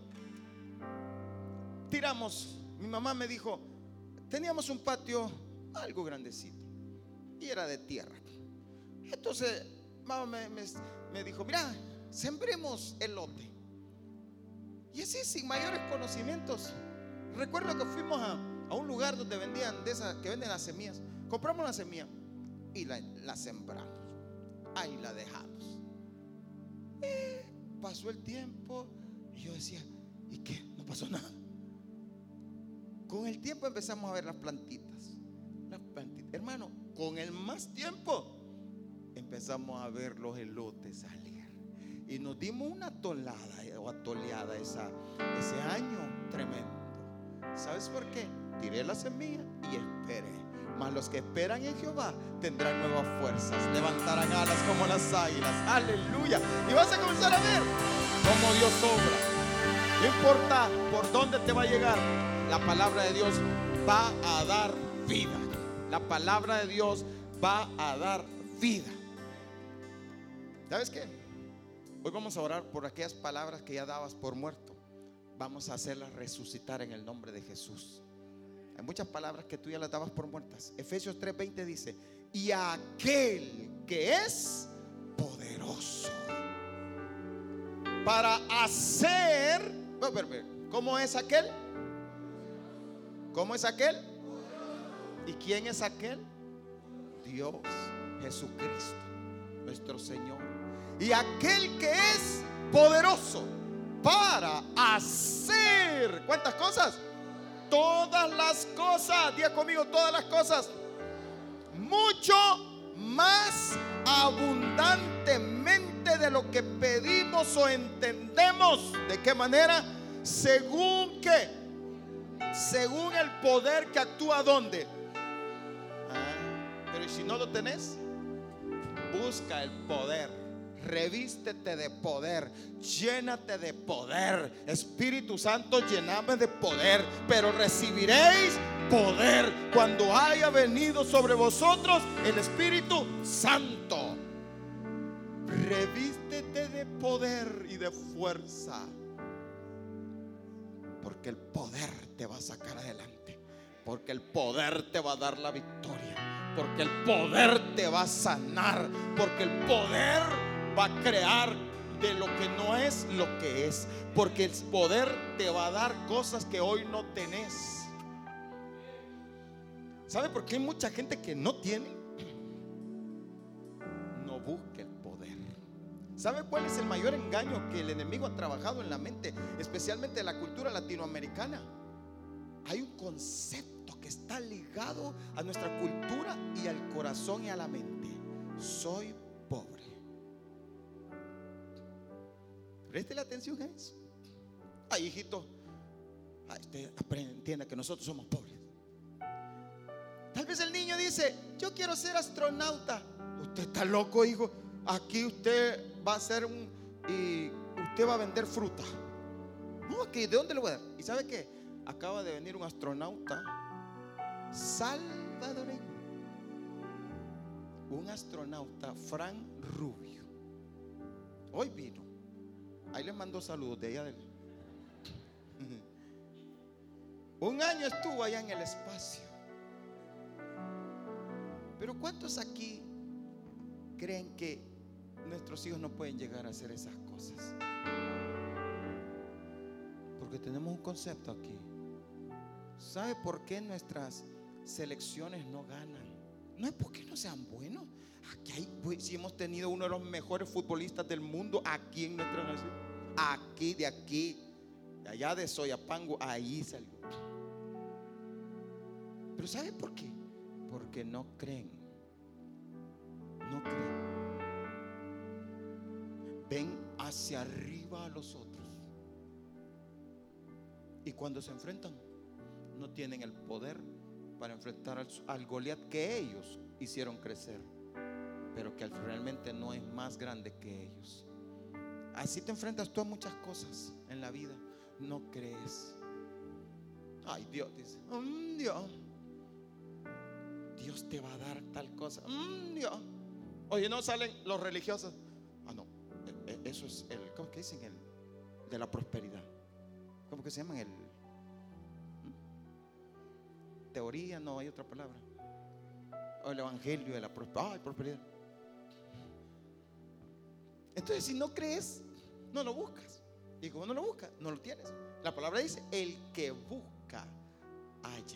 tiramos, mi mamá me dijo, teníamos un patio algo grandecito y era de tierra. Entonces mamá me dijo, mira, sembremos elote. Y así, sin mayores conocimientos, recuerdo que fuimos a un lugar donde vendían de esas que venden las semillas. Compramos la semilla y la sembramos. Ahí la dejamos. Pasó el tiempo y yo decía, ¿y qué? No pasó nada. Con el tiempo empezamos a ver las plantitas. Hermano, con el más tiempo empezamos a ver los elotes salir. Y nos dimos una tolada o atoleada ese año tremendo. ¿Sabes por qué? Tiré la semilla y esperé. Mas los que esperan en Jehová tendrán nuevas fuerzas, levantarán alas como las águilas. Aleluya. Y vas a comenzar a ver cómo Dios obra. No importa por dónde te va a llegar, la palabra de Dios va a dar vida. La palabra de Dios va a dar vida. ¿Sabes qué? Hoy vamos a orar por aquellas palabras que ya dabas por muerto. Vamos a hacerlas resucitar en el nombre de Jesús. Hay muchas palabras que tú ya las dabas por muertas. Efesios 3:20 dice, y aquel que es poderoso para hacer. ¿Cómo es aquel? ¿Cómo es aquel? ¿Y quién es aquel? Dios, Jesucristo, nuestro Señor. Y aquel que es poderoso para hacer. ¿Cuántas cosas? Todas las cosas. Diga conmigo, todas las cosas. Mucho más abundantemente de lo que pedimos o entendemos. ¿De qué manera? Según ¿qué? Según el poder que actúa ¿dónde? Pero ¿y si no lo tenés? Busca el poder. Revístete de poder, llénate de poder. Espíritu Santo, llename de poder. Pero recibiréis poder cuando haya venido sobre vosotros el Espíritu Santo. Revístete de poder y de fuerza, porque el poder te va a sacar adelante, porque el poder te va a dar la victoria, porque el poder te va a sanar, porque el poder va a crear de lo que no es lo que es, porque el poder te va a dar cosas que hoy no tenés. ¿Sabe por qué hay mucha gente que no tiene? No busca el poder. ¿Sabe cuál es el mayor engaño que el enemigo ha trabajado en la mente, especialmente en la cultura latinoamericana? Hay un concepto que está ligado a nuestra cultura y al corazón y a la mente. Soy pobre. Préstele atención a eso. Ay, hijito, Usted entienda que nosotros somos pobres. Tal vez el niño dice: yo quiero ser astronauta. Usted está loco, hijo. Aquí usted va a ser y usted va a vender fruta. No, ¿de dónde le voy a dar? ¿Y sabe qué? Acaba de venir un astronauta salvadoreño. Un astronauta, Frank Rubio. Hoy vino. Ahí les mandó saludos de allá del. Un año estuvo allá en el espacio. Pero ¿cuántos aquí creen que nuestros hijos no pueden llegar a hacer esas cosas? Porque tenemos un concepto aquí. ¿Sabe por qué nuestras selecciones no ganan? No es porque no sean buenos. Aquí si hemos tenido uno de los mejores futbolistas del mundo aquí en nuestra nación. Aquí, de allá de Soyapango, ahí salió. Pero ¿sabe por qué? Porque no creen. No creen. Ven hacia arriba a los otros. Y cuando se enfrentan, no tienen el poder para enfrentar al Goliat que ellos hicieron crecer, pero que realmente no es más grande que ellos. Así te enfrentas tú a muchas cosas en la vida. No crees. Ay, Dios dice: Dios te va a dar tal cosa. Dios. Oye, no salen los religiosos. No, eso es ¿cómo que dicen? El de la prosperidad. ¿Cómo que se llaman? Teoría, no hay otra palabra. O el evangelio de la prosperidad. Entonces, si no crees, no lo buscas. Y como no lo buscas, no lo tienes. La palabra dice: el que busca, halla.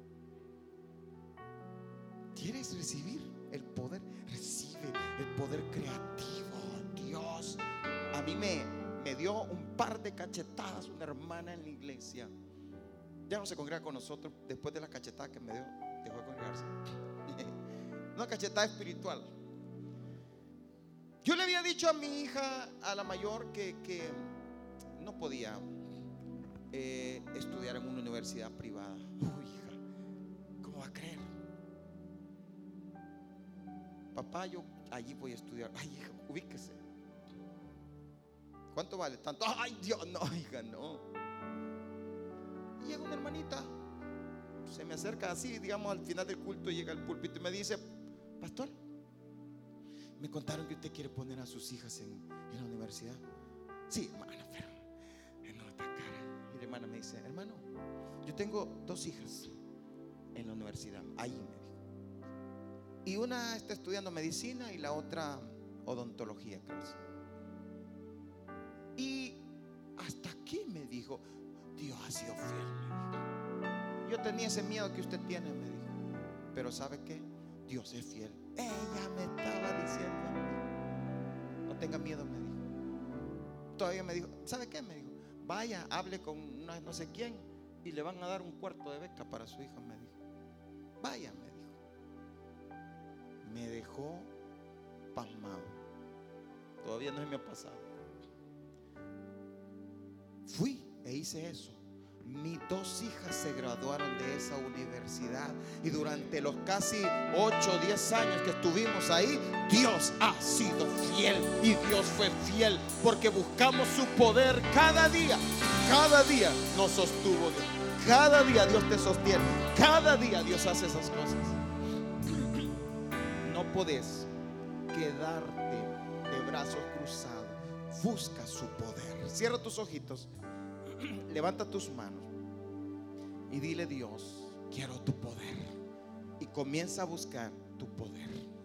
¿Quieres recibir el poder? Recibe el poder creativo. Dios, a mí me dio un par de cachetadas una hermana en la iglesia. Ya no se congrega con nosotros después de la cachetada que me dio. Dejó de congregarse. Una cachetada espiritual. Yo le había dicho a mi hija, a la mayor, que no podía estudiar en una universidad privada. Hija, ¿cómo va a creer? Papá, yo allí voy a estudiar. Ay, hija, ubíquese. ¿Cuánto vale? Tanto. Ay, Dios, no, hija, no. Y llega una hermanita, se me acerca así, digamos, al final del culto, llega al púlpito y me dice: pastor, me contaron que usted quiere poner a sus hijas en la universidad. Sí, hermano, pero no está cara. Y la hermana me dice: hermano, yo tengo 2 hijas en la universidad. Ahí me dijo. Y una está estudiando medicina y la otra odontología, creo. Y hasta aquí me dijo: Dios ha sido fiel, me dijo. Yo tenía ese miedo que usted tiene, me dijo, pero ¿sabe qué? Dios es fiel. Ella me estaba diciendo: no tenga miedo, me dijo. Todavía me dijo: ¿sabe qué? Me dijo: vaya, hable con una no sé quién y le van a dar un cuarto de beca para su hija, me dijo. Vaya, me dijo. Me dejó pasmado. Todavía no se me ha pasado. Fui e hice eso. Mis 2 hijas se graduaron de esa universidad. Y durante los casi 8 o 10 años que estuvimos ahí, Dios ha sido fiel. Y Dios fue fiel porque buscamos su poder cada día. Cada día nos sostuvo Dios. Cada día Dios te sostiene. Cada día Dios hace esas cosas. No podés quedarte de brazos cruzados. Busca su poder. Cierra tus ojitos. Levanta tus manos y dile: Dios, quiero tu poder. Y comienza a buscar tu poder.